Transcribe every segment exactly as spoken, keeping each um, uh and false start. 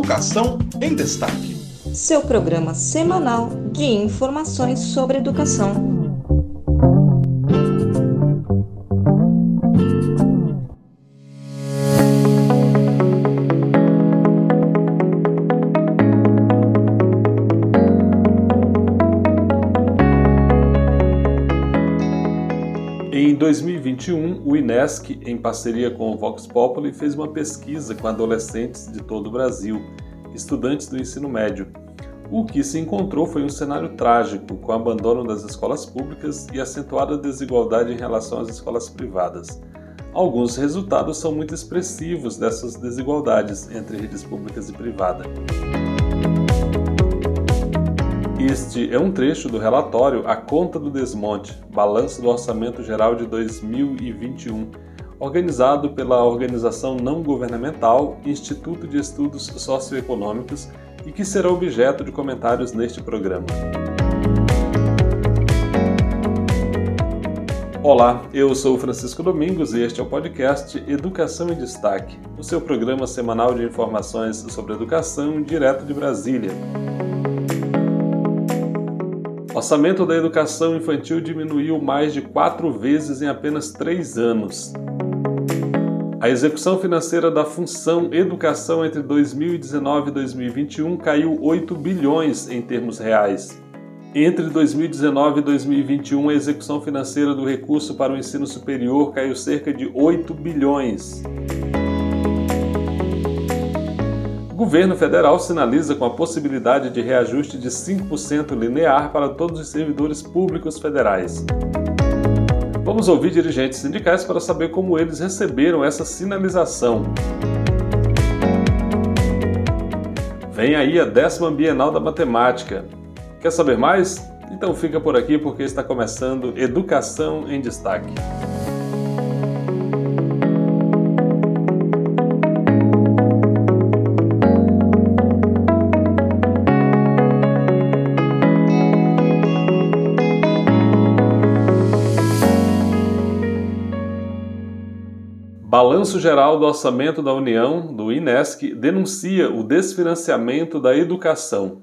Educação em Destaque. Seu programa semanal de informações sobre educação. Em dois mil e vinte e um, o INESC, em parceria com o Vox Populi, fez uma pesquisa com adolescentes de todo o Brasil, estudantes do ensino médio. O que se encontrou foi um cenário trágico, com o abandono das escolas públicas e acentuada desigualdade em relação às escolas privadas. Alguns resultados são muito expressivos dessas desigualdades entre redes públicas e privadas. Este é um trecho do relatório A Conta do Desmonte, Balanço do Orçamento Geral de dois mil e vinte e um, organizado pela organização não governamental Instituto de Estudos Socioeconômicos e que será objeto de comentários neste programa. Olá, eu sou Francisco Domingos e este é o podcast Educação em Destaque, o seu programa semanal de informações sobre educação direto de Brasília. O orçamento da educação infantil diminuiu mais de quatro vezes em apenas três anos. A execução financeira da função educação entre dois mil e dezenove e dois mil e vinte e um caiu oito bilhões em termos reais. Entre dois mil e dezenove e dois mil e vinte e um, a execução financeira do recurso para o ensino superior caiu cerca de oito bilhões. O governo federal sinaliza com a possibilidade de reajuste de cinco por cento linear para todos os servidores públicos federais. Vamos ouvir dirigentes sindicais para saber como eles receberam essa sinalização. Vem aí a décima Bienal da Matemática. Quer saber mais? Então fica por aqui porque está começando Educação em Destaque. Balanço Geral do Orçamento da União, do INESC, denuncia o desfinanciamento da educação.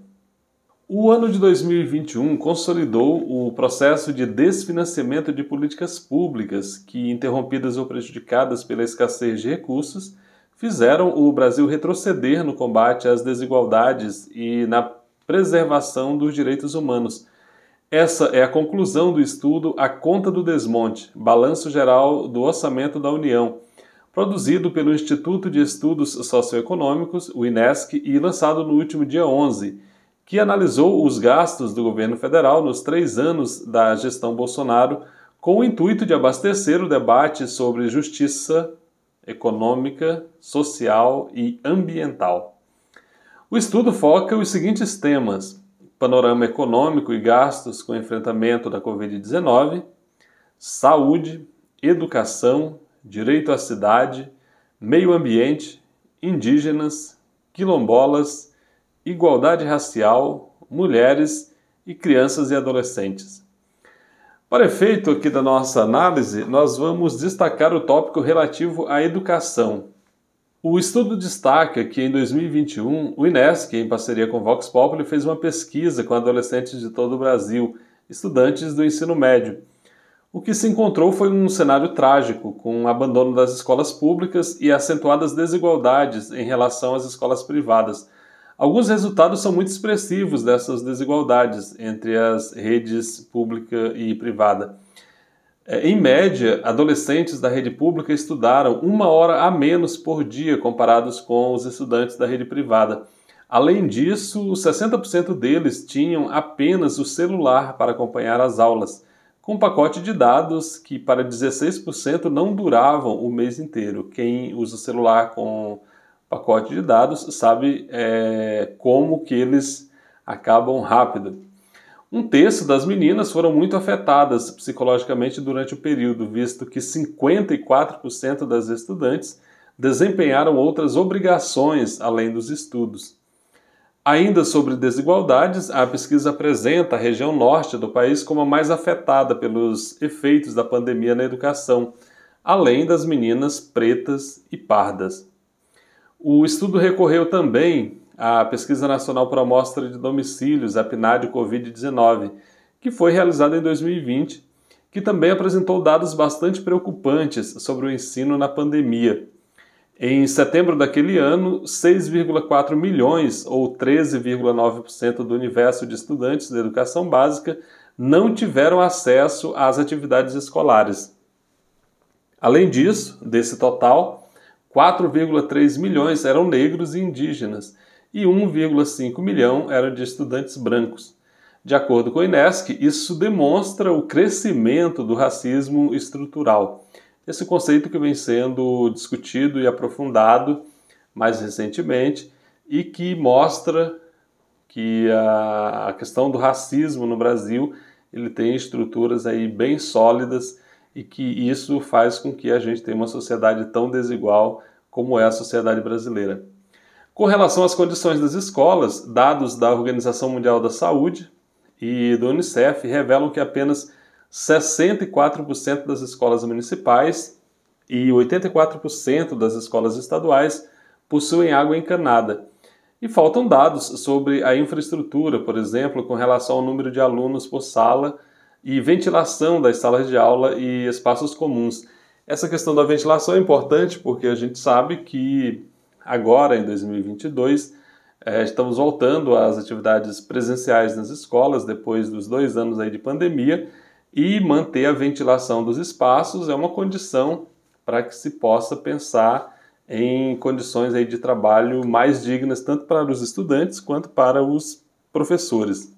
O ano de dois mil e vinte e um consolidou o processo de desfinanciamento de políticas públicas que, interrompidas ou prejudicadas pela escassez de recursos, fizeram o Brasil retroceder no combate às desigualdades e na preservação dos direitos humanos. Essa é a conclusão do estudo A Conta do Desmonte, Balanço Geral do Orçamento da União, produzido pelo Instituto de Estudos Socioeconômicos, o INESC, e lançado no último dia onze, que analisou os gastos do governo federal nos três anos da gestão Bolsonaro, com o intuito de abastecer o debate sobre justiça econômica, social e ambiental. O estudo foca os seguintes temas: panorama econômico e gastos com o enfrentamento da covid dezenove, saúde, educação, direito à cidade, meio ambiente, indígenas, quilombolas, igualdade racial, mulheres e crianças e adolescentes. Para efeito aqui da nossa análise, nós vamos destacar o tópico relativo à educação. O estudo destaca que em dois mil e vinte e um, o INESC, em parceria com o Vox Populi, fez uma pesquisa com adolescentes de todo o Brasil, estudantes do ensino médio. O que se encontrou foi um cenário trágico, com o abandono das escolas públicas e acentuadas desigualdades em relação às escolas privadas. Alguns resultados são muito expressivos dessas desigualdades entre as redes pública e privada. Em média, adolescentes da rede pública estudaram uma hora a menos por dia comparados com os estudantes da rede privada. Além disso, sessenta por cento deles tinham apenas o celular para acompanhar as aulas, com um pacote de dados que para dezesseis por cento não duravam o mês inteiro. Quem usa o celular com pacote de dados sabe é, como que eles acabam rápido. Um terço das meninas foram muito afetadas psicologicamente durante o período, visto que cinquenta e quatro por cento das estudantes desempenharam outras obrigações além dos estudos. Ainda sobre desigualdades, a pesquisa apresenta a região norte do país como a mais afetada pelos efeitos da pandemia na educação, além das meninas pretas e pardas. O estudo recorreu também a Pesquisa Nacional por Amostra de Domicílios, a PNAD covid dezenove, que foi realizada em dois mil e vinte, que também apresentou dados bastante preocupantes sobre o ensino na pandemia. Em setembro daquele ano, seis vírgula quatro milhões, ou treze vírgula nove por cento do universo de estudantes da educação básica, não tiveram acesso às atividades escolares. Além disso, desse total, quatro vírgula três milhões eram negros e indígenas e um vírgula cinco milhão eram de estudantes brancos. De acordo com o INESC, isso demonstra o crescimento do racismo estrutural. Esse conceito que vem sendo discutido e aprofundado mais recentemente e que mostra que a questão do racismo no Brasil ele tem estruturas aí bem sólidas e que isso faz com que a gente tenha uma sociedade tão desigual como é a sociedade brasileira. Com relação às condições das escolas, dados da Organização Mundial da Saúde e do Unicef revelam que apenas sessenta e quatro por cento das escolas municipais e oitenta e quatro por cento das escolas estaduais possuem água encanada. E faltam dados sobre a infraestrutura, por exemplo, com relação ao número de alunos por sala e ventilação das salas de aula e espaços comuns. Essa questão da ventilação é importante porque a gente sabe que agora, em dois mil e vinte e dois, é, estamos voltando às atividades presenciais nas escolas depois dos dois anos aí de pandemia e manter a ventilação dos espaços é uma condição para que se possa pensar em condições aí de trabalho mais dignas tanto para os estudantes quanto para os professores.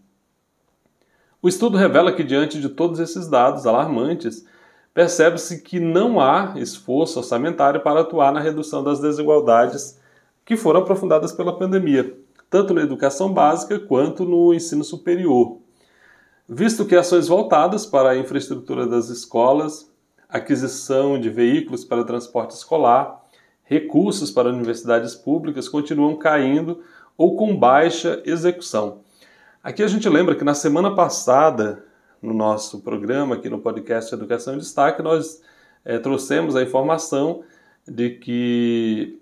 O estudo revela que, diante de todos esses dados alarmantes, percebe-se que não há esforço orçamentário para atuar na redução das desigualdades que foram aprofundadas pela pandemia, tanto na educação básica quanto no ensino superior. Visto que ações voltadas para a infraestrutura das escolas, aquisição de veículos para transporte escolar, recursos para universidades públicas continuam caindo ou com baixa execução. Aqui a gente lembra que na semana passada, no nosso programa, aqui no podcast Educação em Destaque, nós é, trouxemos a informação de que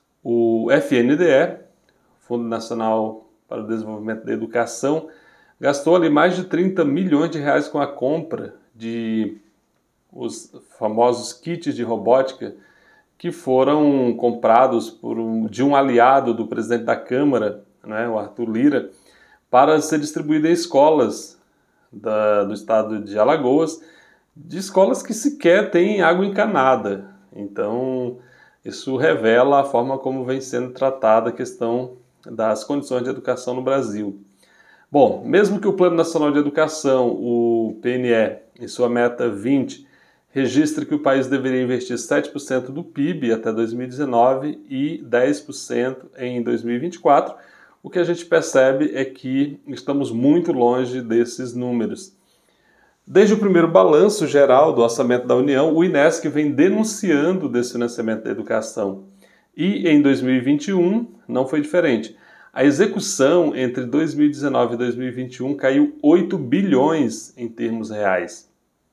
o F N D E, Fundo Nacional para o Desenvolvimento da Educação, gastou ali mais de trinta milhões de reais com a compra de os famosos kits de robótica que foram comprados por um, de um aliado do presidente da Câmara, né, o Arthur Lira, para ser distribuído em escolas da, do estado de Alagoas, de escolas que sequer têm água encanada. Então, isso revela a forma como vem sendo tratada a questão das condições de educação no Brasil. Bom, mesmo que o Plano Nacional de Educação, o P N E, em sua meta vinte, registre que o país deveria investir sete por cento do P I B até dois mil e dezenove e dez por cento em dois mil e vinte e quatro, o que a gente percebe é que estamos muito longe desses números. Desde o primeiro balanço geral do orçamento da União, o INESC vem denunciando o desfinanciamento da educação. E em dois mil e vinte e um não foi diferente. A execução entre dois mil e dezenove e dois mil e vinte e um caiu oito bilhões em termos reais.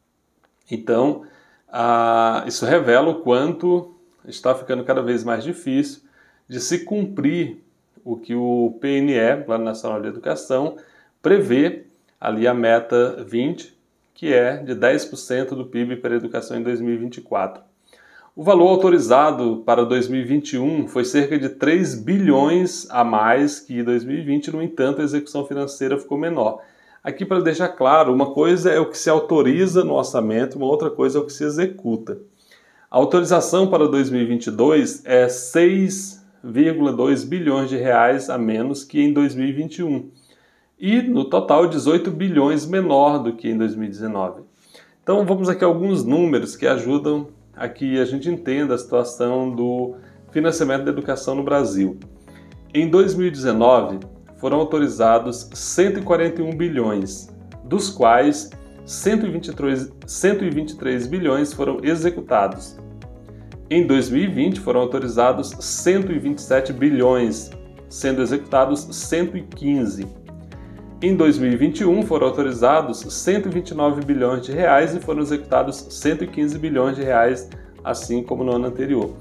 Então, ah, isso revela o quanto está ficando cada vez mais difícil de se cumprir o que o P N E, Plano Nacional de Educação, prevê ali a meta vinte, que é de dez por cento do P I B para a educação em dois mil e vinte e quatro. O valor autorizado para dois mil e vinte e um foi cerca de três bilhões a mais que dois mil e vinte, no entanto, a execução financeira ficou menor. Aqui, para deixar claro, uma coisa é o que se autoriza no orçamento, uma outra coisa é o que se executa. A autorização para dois mil e vinte e dois é seis vírgula dois bilhões de reais a menos que em dois mil e vinte e um e, no total, dezoito bilhões menor do que em dois mil e dezenove. Então, vamos aqui a alguns números que ajudam a que a gente entenda a situação do financiamento da educação no Brasil. Em dois mil e dezenove, foram autorizados cento e quarenta e um bilhões, dos quais cento e vinte e três, cento e vinte e três bilhões foram executados. Em dois mil e vinte, foram autorizados cento e vinte e sete bilhões, sendo executados cento e quinze. Em dois mil e vinte e um, foram autorizados cento e vinte e nove bilhões de reais e foram executados cento e quinze bilhões de reais, assim como no ano anterior.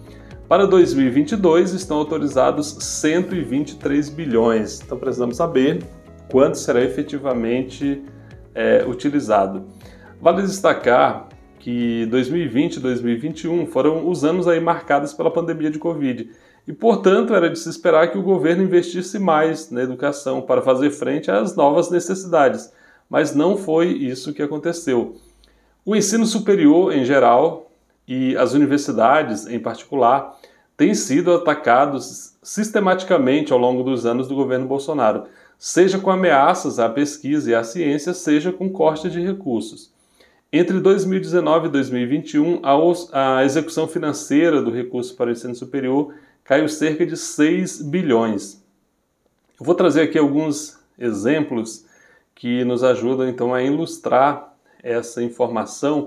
Para dois mil e vinte e dois estão autorizados cento e vinte e três bilhões. Então precisamos saber quanto será efetivamente é, utilizado. Vale destacar que dois mil e vinte e dois mil e vinte e um foram os anos aí marcados pela pandemia de Covid e, portanto, era de se esperar que o governo investisse mais na educação para fazer frente às novas necessidades, mas não foi isso que aconteceu. O ensino superior, em geral, e as universidades, em particular, têm sido atacados sistematicamente ao longo dos anos do governo Bolsonaro, seja com ameaças à pesquisa e à ciência, seja com corte de recursos. Entre dois mil e dezenove e dois mil e vinte e um, a execução financeira do recurso para o ensino superior caiu cerca de seis bilhões. Eu vou trazer aqui alguns exemplos que nos ajudam então a ilustrar essa informação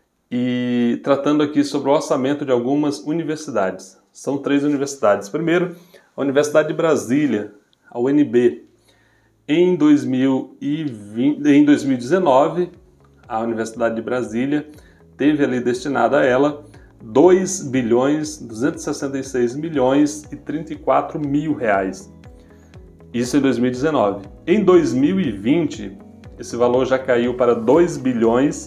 e tratando aqui sobre o orçamento de algumas universidades. São três universidades. Primeiro, a Universidade de Brasília, a U N B. Em, dois mil e vinte, em dois mil e dezenove, a Universidade de Brasília teve ali destinada a ela dois bilhões duzentos e sessenta e seis milhões e trinta e quatro mil reais. Isso em dois mil e dezenove. Em dois mil e vinte, esse valor já caiu para dois bilhões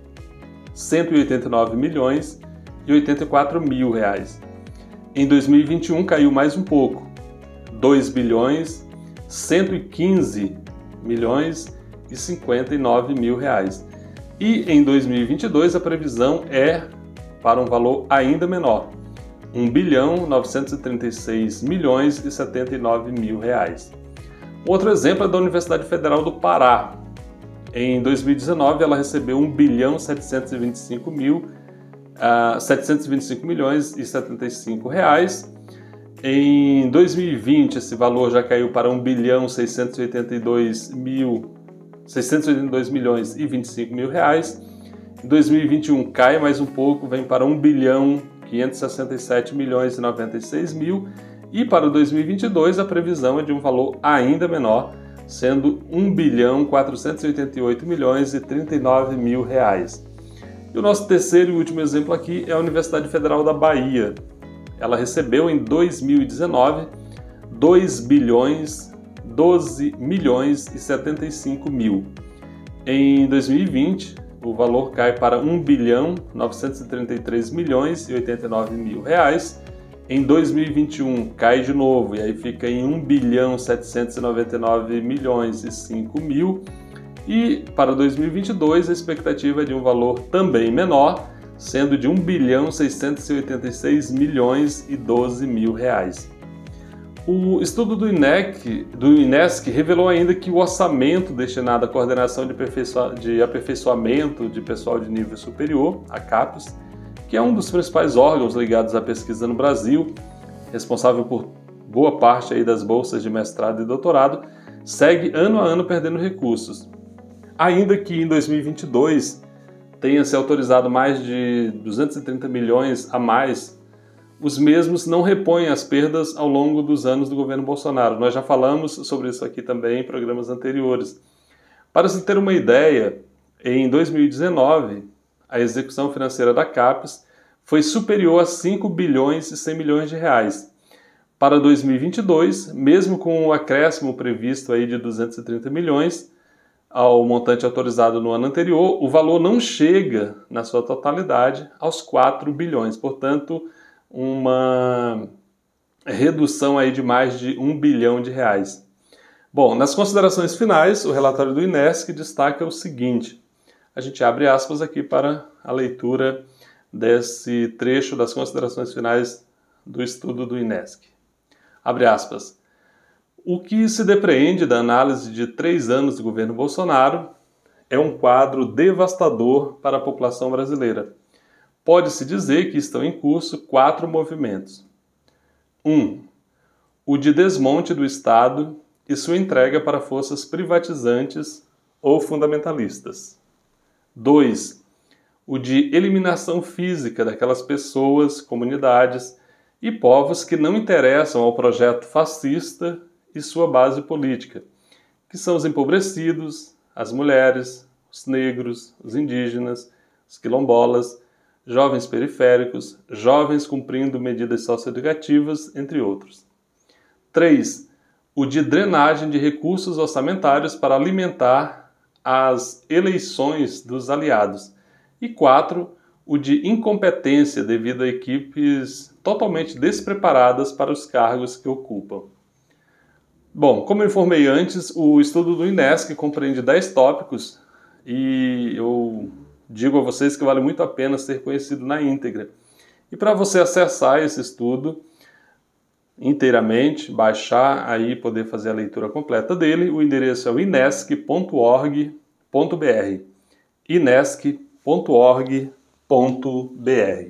cento e oitenta e nove milhões e oitenta e quatro mil reais. Em dois mil e vinte e um caiu mais um pouco, dois bilhões cento e quinze milhões e cinquenta e nove mil reais. E em dois mil e vinte e dois a previsão é para um valor ainda menor, um bilhão novecentos e trinta e seis milhões e setenta e nove mil reais. Outro exemplo é da Universidade Federal do Pará. Em dois mil e dezenove ela recebeu um bilhão setecentos e vinte e cinco mil, uh, setecentos e vinte e cinco milhões e setenta e cinco reais. Em dois mil e vinte esse valor já caiu para um bilhão seiscentos e oitenta e dois mil, seiscentos e oitenta e dois milhões e vinte e cinco mil reais. Em dois mil e vinte e um cai mais um pouco, vem para um bilhão quinhentos e sessenta e sete milhões e noventa e seis mil. E para o dois mil e vinte e dois a previsão é de um valor ainda menor, sendo um bilhão quatrocentos e oitenta e oito milhões e trinta e nove mil reais. E o nosso terceiro e último exemplo aqui é a Universidade Federal da Bahia. Ela recebeu em dois mil e dezenove dois bilhões doze milhões e setenta e cinco mil. Em dois mil e vinte, o valor cai para um bilhão novecentos e trinta e três milhões e oitenta e nove mil reais. Em dois mil e vinte e um cai de novo e aí fica em um bilhão setecentos e noventa e nove milhões e cinco mil. E para dois mil e vinte e dois a expectativa é de um valor também menor, sendo de um bilhão seiscentos e oitenta e seis milhões e doze mil reais. O estudo do INEC, do INESC revelou ainda que o orçamento destinado à coordenação de, aperfeiçoa, de aperfeiçoamento de pessoal de nível superior, a CAPES, que é um dos principais órgãos ligados à pesquisa no Brasil, responsável por boa parte aí das bolsas de mestrado e doutorado, segue ano a ano perdendo recursos. Ainda que em dois mil e vinte e dois tenha se autorizado mais de duzentos e trinta milhões a mais, os mesmos não repõem as perdas ao longo dos anos do governo Bolsonaro. Nós já falamos sobre isso aqui também em programas anteriores. Para se ter uma ideia, em dois mil e dezenove, a execução financeira da CAPES foi superior a cinco bilhões e cem milhões de reais. Para dois mil e vinte e dois, mesmo com o acréscimo previsto aí de duzentos e trinta milhões ao montante autorizado no ano anterior, o valor não chega, na sua totalidade, aos quatro bilhões. Portanto, uma redução aí de mais de um bilhão de reais. Bom, nas considerações finais, o relatório do INESC destaca o seguinte. A gente abre aspas aqui para a leitura desse trecho das considerações finais do estudo do INESC. Abre aspas. O que se depreende da análise de três anos do governo Bolsonaro é um quadro devastador para a população brasileira. Pode-se dizer que estão em curso quatro movimentos. um. O de desmonte do Estado e sua entrega para forças privatizantes ou fundamentalistas. dois. O de eliminação física daquelas pessoas, comunidades e povos que não interessam ao projeto fascista e sua base política, que são os empobrecidos, as mulheres, os negros, os indígenas, os quilombolas, jovens periféricos, jovens cumprindo medidas socioeducativas, entre outros. três. O de drenagem de recursos orçamentários para alimentar as eleições dos aliados. E quatro. O de incompetência devido a equipes totalmente despreparadas para os cargos que ocupam. Bom, como eu informei antes, o estudo do INESC compreende dez tópicos e eu digo a vocês que vale muito a pena ser conhecido na íntegra. E para você acessar esse estudo inteiramente, baixar aí e poder fazer a leitura completa dele, o endereço é o inesc ponto org ponto br. inesc ponto org ponto br.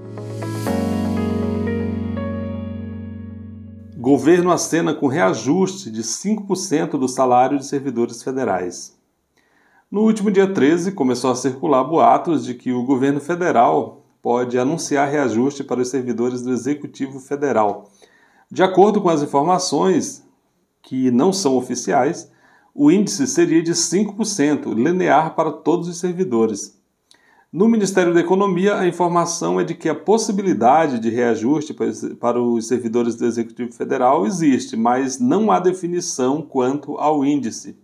Governo acena com reajuste de cinco por cento do salário de servidores federais. No último dia treze, começou a circular boatos de que o governo federal pode anunciar reajuste para os servidores do Executivo Federal. De acordo com as informações, que não são oficiais, o índice seria de cinco por cento, linear para todos os servidores. No Ministério da Economia, a informação é de que a possibilidade de reajuste para os servidores do Executivo Federal existe, mas não há definição quanto ao índice.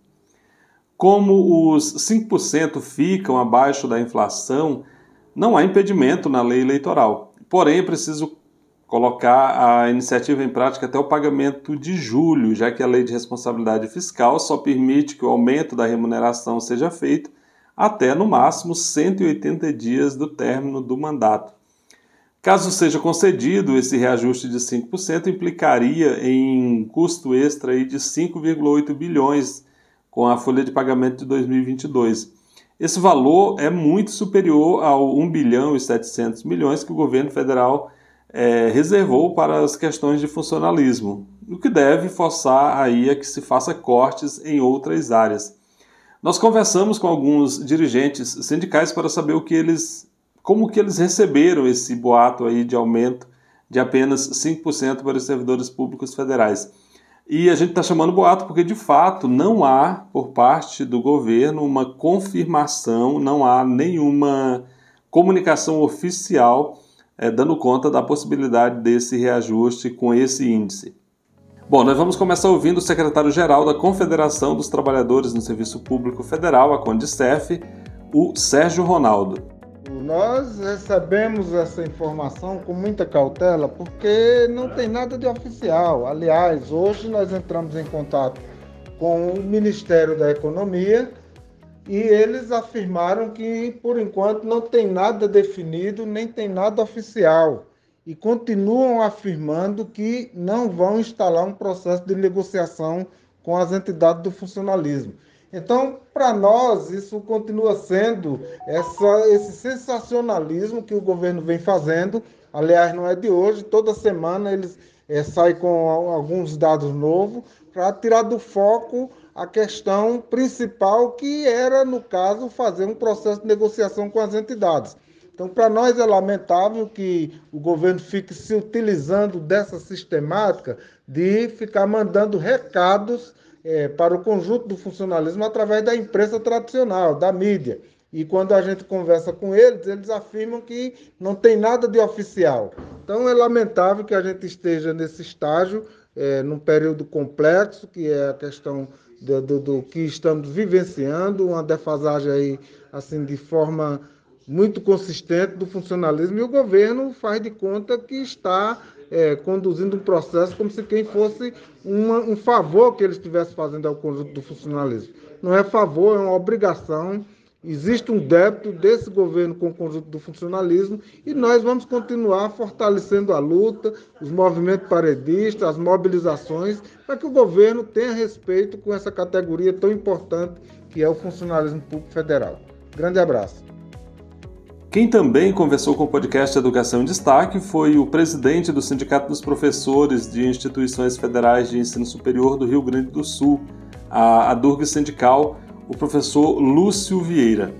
Como os cinco por cento ficam abaixo da inflação, não há impedimento na lei eleitoral. Porém, é preciso colocar a iniciativa em prática até o pagamento de julho, já que a lei de responsabilidade fiscal só permite que o aumento da remuneração seja feito até, no máximo, cento e oitenta dias do término do mandato. Caso seja concedido, esse reajuste de cinco por cento implicaria em custo extra aí de cinco vírgula oito bilhões com a folha de pagamento de dois mil e vinte e dois. Esse valor é muito superior ao um bilhão e setecentos milhões que o governo federal é, reservou para as questões de funcionalismo, o que deve forçar aí a que se faça cortes em outras áreas. Nós conversamos com alguns dirigentes sindicais para saber o que eles, como que eles receberam esse boato aí de aumento de apenas cinco por cento para os servidores públicos federais. E a gente está chamando boato porque, de fato, não há, por parte do governo, uma confirmação, não há nenhuma comunicação oficial é, dando conta da possibilidade desse reajuste com esse índice. Bom, nós vamos começar ouvindo o secretário-geral da Confederação dos Trabalhadores no Serviço Público Federal, a CONDICEF, o Sérgio Ronaldo. Nós recebemos essa informação com muita cautela porque não tem nada de oficial. Aliás, hoje nós entramos em contato com o Ministério da Economia e eles afirmaram que, por enquanto, não tem nada definido, nem tem nada oficial. E continuam afirmando que não vão instalar um processo de negociação com as entidades do funcionalismo. Então, para nós, isso continua sendo essa, esse sensacionalismo que o governo vem fazendo. Aliás, não é de hoje, toda semana eles é, saem com alguns dados novos para tirar do foco a questão principal, que era, no caso, fazer um processo de negociação com as entidades. Então, para nós é lamentável que o governo fique se utilizando dessa sistemática de ficar mandando recados é, para o conjunto do funcionalismo através da imprensa tradicional, da mídia. E quando a gente conversa com eles, eles afirmam que não tem nada de oficial. Então, é lamentável que a gente esteja nesse estágio, é, num período complexo, que é a questão do, do, do que estamos vivenciando, uma defasagem aí, assim, de forma muito consistente do funcionalismo, e o governo faz de conta que está é, conduzindo um processo como se quem fosse uma, um favor que ele estivesse fazendo ao conjunto do funcionalismo. Não é favor, é uma obrigação. Existe um débito desse governo com o conjunto do funcionalismo e nós vamos continuar fortalecendo a luta, os movimentos paredistas, as mobilizações, para que o governo tenha respeito com essa categoria tão importante que é o funcionalismo público federal. Grande abraço. Quem também conversou com o podcast Educação em Destaque foi o presidente do Sindicato dos Professores de Instituições Federais de Ensino Superior do Rio Grande do Sul, a ADURG Sindical, o professor Lúcio Vieira.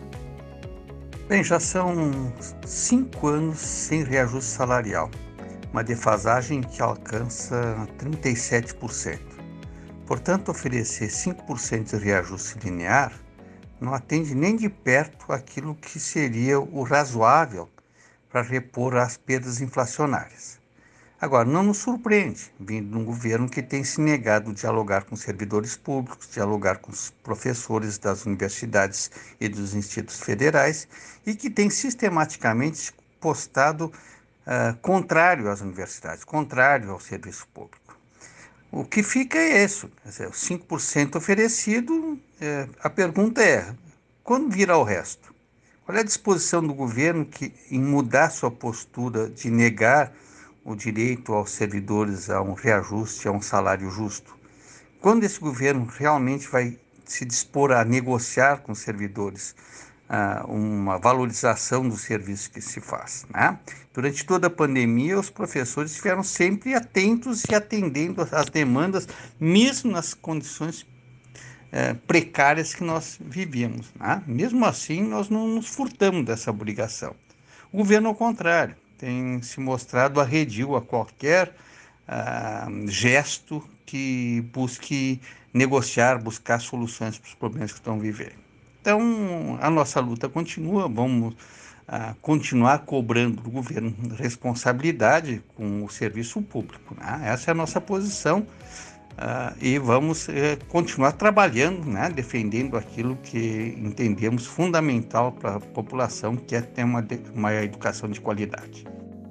Bem, já são cinco anos sem reajuste salarial, uma defasagem que alcança trinta e sete por cento. Portanto, oferecer cinco por cento de reajuste linear não atende nem de perto aquilo que seria o razoável para repor as perdas inflacionárias. Agora, não nos surpreende, vindo de um governo que tem se negado a dialogar com servidores públicos, dialogar com os professores das universidades e dos institutos federais e que tem sistematicamente postado uh, contrário às universidades, contrário ao serviço público. O que fica é isso, quer dizer, os cinco por cento oferecido, eh, a pergunta é, quando virá o resto? Qual é a disposição do governo que, em mudar sua postura de negar o direito aos servidores a um reajuste, a um salário justo? Quando esse governo realmente vai se dispor a negociar com os servidores uh, uma valorização do serviço que se faz, né? Durante toda a pandemia, os professores estiveram sempre atentos e atendendo às demandas, mesmo nas condições uh, precárias que nós vivíamos, né? Mesmo assim, nós não nos furtamos dessa obrigação. O governo, ao contrário, tem se mostrado arredio a qualquer uh, gesto que busque negociar, buscar soluções para os problemas que estão vivendo. Então, a nossa luta continua, vamos uh, continuar cobrando do governo responsabilidade com o serviço público, né? Essa é a nossa posição uh, e vamos uh, continuar trabalhando, né? Defendendo aquilo que entendemos fundamental para a população, que é ter uma, uma educação de qualidade.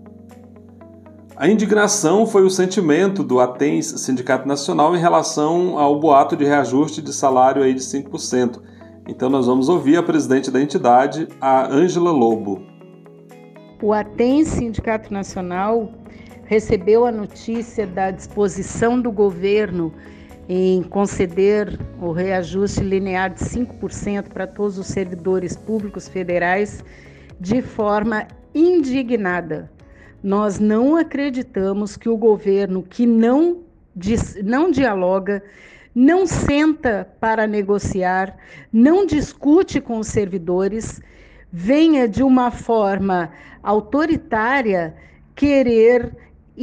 A indignação foi o sentimento do ATENS, Sindicato Nacional, em relação ao boato de reajuste de salário aí de cinco por cento. Então nós vamos ouvir a presidente da entidade, a Ângela Lobo. O ATENS, Sindicato Nacional, recebeu a notícia da disposição do governo em conceder o reajuste linear de cinco por cento para todos os servidores públicos federais de forma indignada. Nós não acreditamos que o governo que não, não dialoga, não senta para negociar, não discute com os servidores, venha de uma forma autoritária querer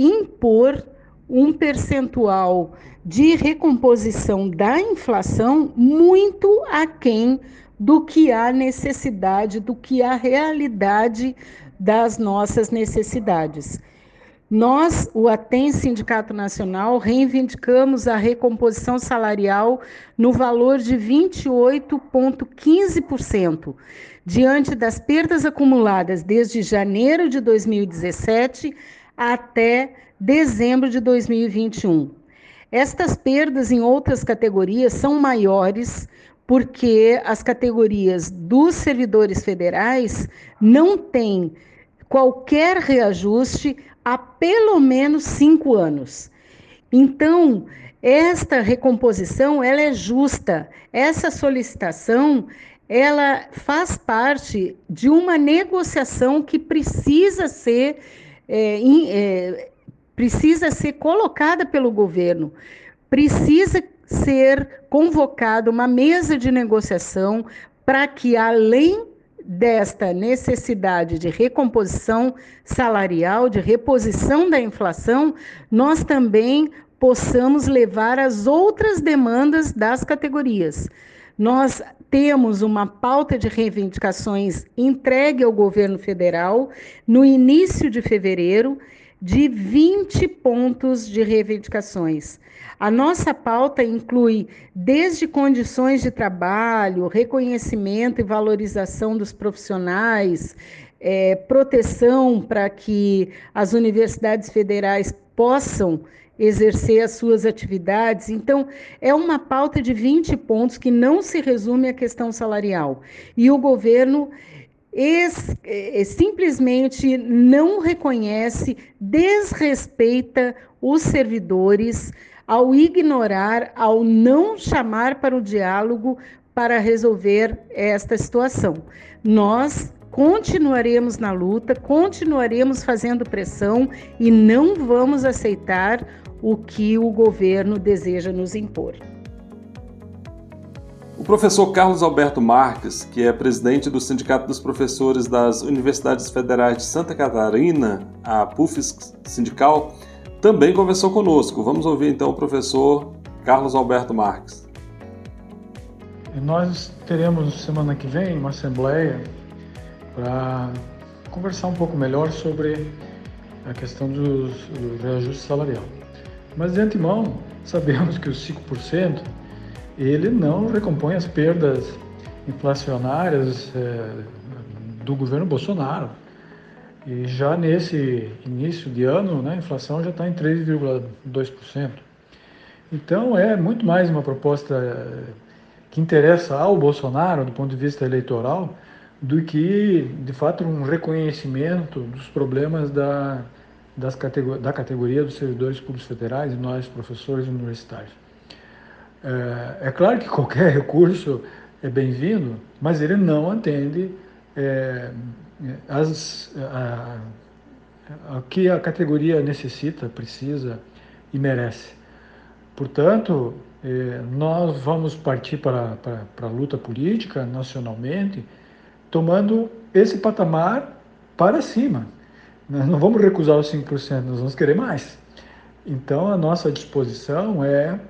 impor um percentual de recomposição da inflação muito aquém do que há necessidade, do que há realidade das nossas necessidades. Nós, o ATENS Sindicato Nacional, reivindicamos a recomposição salarial no valor de vinte e oito vírgula quinze por cento, diante das perdas acumuladas desde janeiro de dois mil e dezessete até dezembro de dois mil e vinte e um. Estas perdas em outras categorias são maiores porque as categorias dos servidores federais não têm qualquer reajuste há pelo menos cinco anos. Então, esta recomposição, ela é justa. Essa solicitação, ela faz parte de uma negociação que precisa ser, é, é, precisa ser colocada pelo governo. Precisa ser convocada uma mesa de negociação para que, além desta necessidade de recomposição salarial, de reposição da inflação, nós também possamos levar as outras demandas das categorias. Nós temos uma pauta de reivindicações entregue ao governo federal no início de fevereiro, de vinte pontos de reivindicações. A nossa pauta inclui desde condições de trabalho, reconhecimento e valorização dos profissionais, é, proteção para que as universidades federais possam exercer as suas atividades. Então, é uma pauta de vinte pontos que não se resume à questão salarial. E o governo Es, é, simplesmente não reconhece, desrespeita os servidores ao ignorar, ao não chamar para o diálogo para resolver esta situação. Nós continuaremos na luta, continuaremos fazendo pressão e não vamos aceitar o que o governo deseja nos impor. O professor Carlos Alberto Marques, que é presidente do Sindicato dos Professores das Universidades Federais de Santa Catarina, a PUFES Sindical, também conversou conosco. Vamos ouvir então o professor Carlos Alberto Marques. Nós teremos semana que vem uma assembleia para conversar um pouco melhor sobre a questão dos, do reajuste salarial. Mas de antemão, sabemos que os cinco por cento ele não recompõe as perdas inflacionárias é, do governo Bolsonaro. E já nesse início de ano, né, a inflação já está em três vírgula dois por cento. Então é muito mais uma proposta que interessa ao Bolsonaro do ponto de vista eleitoral do que, de fato, um reconhecimento dos problemas da, das categor- da categoria dos servidores públicos federais e nós, professores universitários. É, é claro que qualquer recurso é bem-vindo, mas ele não atende é, as, a, a, a que a categoria necessita, precisa e merece. Portanto, eh, nós vamos partir para, para, para a luta política nacionalmente, tomando esse patamar para cima. Nós não vamos recusar os cinco por cento, nós vamos querer mais. Então, a nossa disposição é,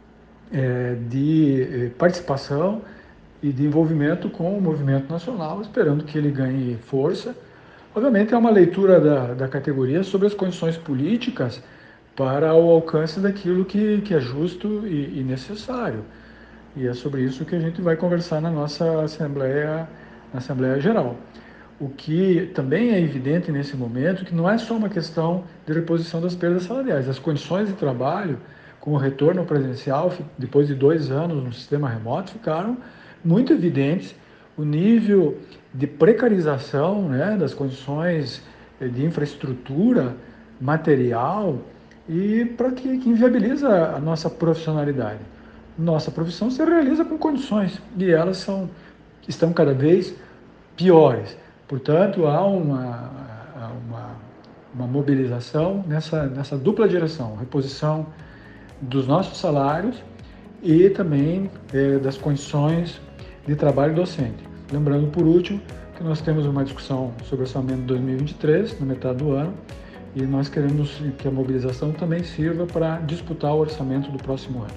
é de participação e de envolvimento com o movimento nacional, esperando que ele ganhe força. Obviamente, é uma leitura da, da categoria sobre as condições políticas para o alcance daquilo que, que é justo e, e necessário. E é sobre isso que a gente vai conversar na nossa Assembleia, na Assembleia Geral. O que também é evidente nesse momento que não é só uma questão de reposição das perdas salariais. As condições de trabalho, com o retorno presencial, depois de dois anos no sistema remoto, ficaram muito evidentes. O nível de precarização, né, das condições de infraestrutura material, e para que, que inviabiliza a nossa profissionalidade. Nossa profissão se realiza com condições e elas são, estão cada vez piores. Portanto, há uma, uma, uma mobilização nessa, nessa dupla direção, reposição dos nossos salários e também é, das condições de trabalho docente. Lembrando, por último, que nós temos uma discussão sobre o orçamento de dois mil e vinte e três, na metade do ano, e nós queremos que a mobilização também sirva para disputar o orçamento do próximo ano.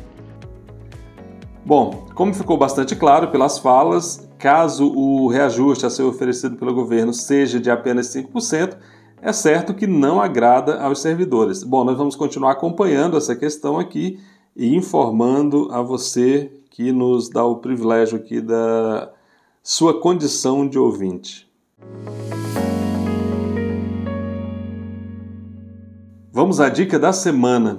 Bom, como ficou bastante claro pelas falas, caso o reajuste a ser oferecido pelo governo seja de apenas cinco por cento, é certo que não agrada aos servidores. Bom, nós vamos continuar acompanhando essa questão aqui e informando a você que nos dá o privilégio aqui da sua condição de ouvinte. Vamos à dica da semana.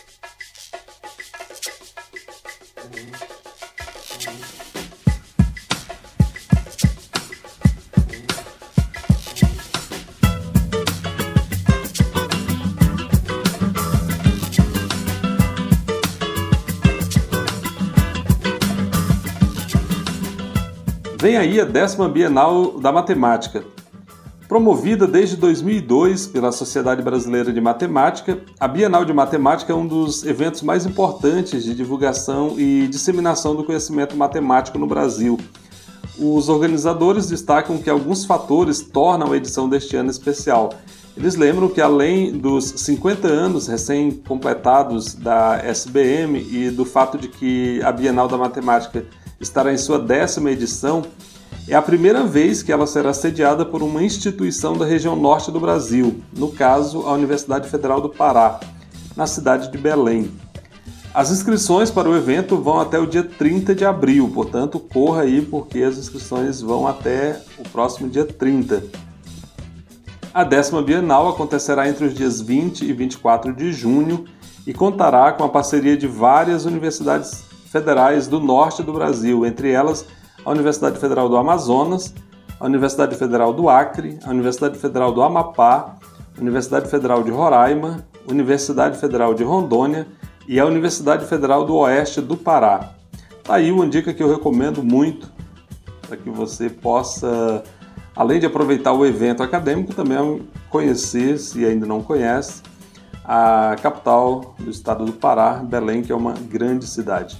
Vem aí a décima Bienal da Matemática. Promovida desde dois mil e dois pela Sociedade Brasileira de Matemática, a Bienal de Matemática é um dos eventos mais importantes de divulgação e disseminação do conhecimento matemático no Brasil. Os organizadores destacam que alguns fatores tornam a edição deste ano especial. Eles lembram que, além dos cinquenta anos recém-completados da S B M e do fato de que a Bienal da Matemática estará em sua décima edição, é a primeira vez que ela será sediada por uma instituição da região norte do Brasil, no caso, a Universidade Federal do Pará, na cidade de Belém. As inscrições para o evento vão até o dia trinta de abril, portanto, corra aí porque as inscrições vão até o próximo dia trinta. A décima Bienal acontecerá entre os dias vinte e vinte e quatro de junho e contará com a parceria de várias universidades federais do norte do Brasil, entre elas a Universidade Federal do Amazonas, a Universidade Federal do Acre, a Universidade Federal do Amapá, a Universidade Federal de Roraima, a Universidade Federal de Rondônia e a Universidade Federal do Oeste do Pará. Tá aí uma dica que eu recomendo muito para que você possa, além de aproveitar o evento acadêmico, também conhecer, se ainda não conhece, a capital do estado do Pará, Belém, que é uma grande cidade.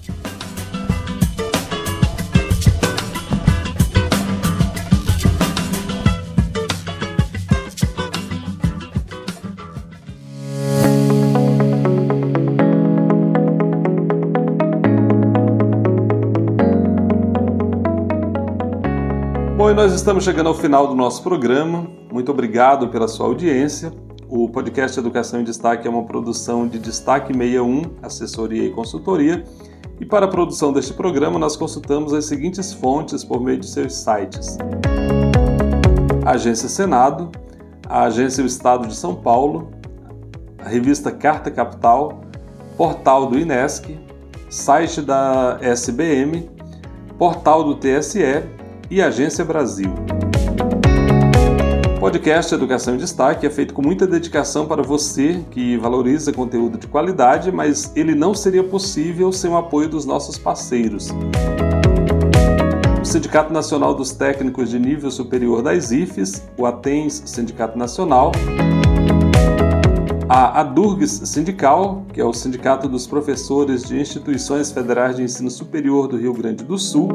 Bom, e nós estamos chegando ao final do nosso programa. muito obrigado pela sua audiência. O podcast Educação em Destaque é uma produção de Destaque sessenta e um, assessoria e consultoria. E para a produção deste programa, nós consultamos as seguintes fontes por meio de seus sites: a Agência Senado, a Agência O Estado de São Paulo, a revista Carta Capital, portal do INESC, site da S B M, portal do T S E e Agência Brasil. O podcast Educação em Destaque é feito com muita dedicação para você que valoriza conteúdo de qualidade, mas ele não seria possível sem o apoio dos nossos parceiros. O Sindicato Nacional dos Técnicos de Nível Superior das I F Es, o ATENS Sindicato Nacional, a ADURGS Sindical, que é o Sindicato dos Professores de Instituições Federais de Ensino Superior do Rio Grande do Sul,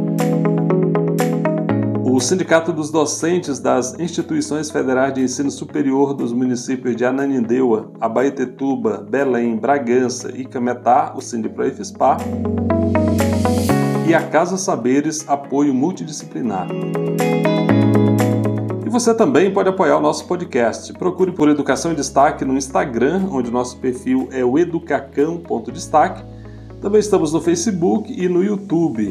o Sindicato dos Docentes das Instituições Federais de Ensino Superior dos municípios de Ananindeua, Abaetetuba, Belém, Bragança e Cametá, o Sindiproefspar, e a Casa Saberes Apoio Multidisciplinar. E você também pode apoiar o nosso podcast. Procure por Educação em Destaque no Instagram, onde o nosso perfil é o educacão ponto destaque. Também estamos no Facebook e no YouTube.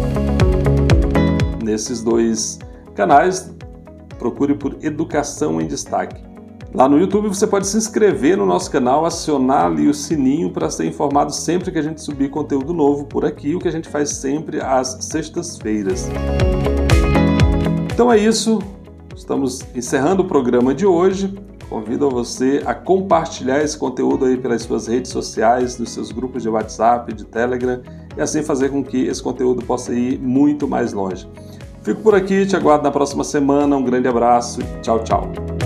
Nesses dois canais, procure por Educação em Destaque. Lá no YouTube você pode se inscrever no nosso canal, acionar ali o sininho para ser informado sempre que a gente subir conteúdo novo por aqui, o que a gente faz sempre às sextas-feiras. Então é isso, estamos encerrando o programa de hoje. Convido você a compartilhar esse conteúdo aí pelas suas redes sociais, nos seus grupos de WhatsApp, de Telegram, e assim fazer com que esse conteúdo possa ir muito mais longe. Fico por aqui, te aguardo na próxima semana. Um grande abraço e tchau, tchau.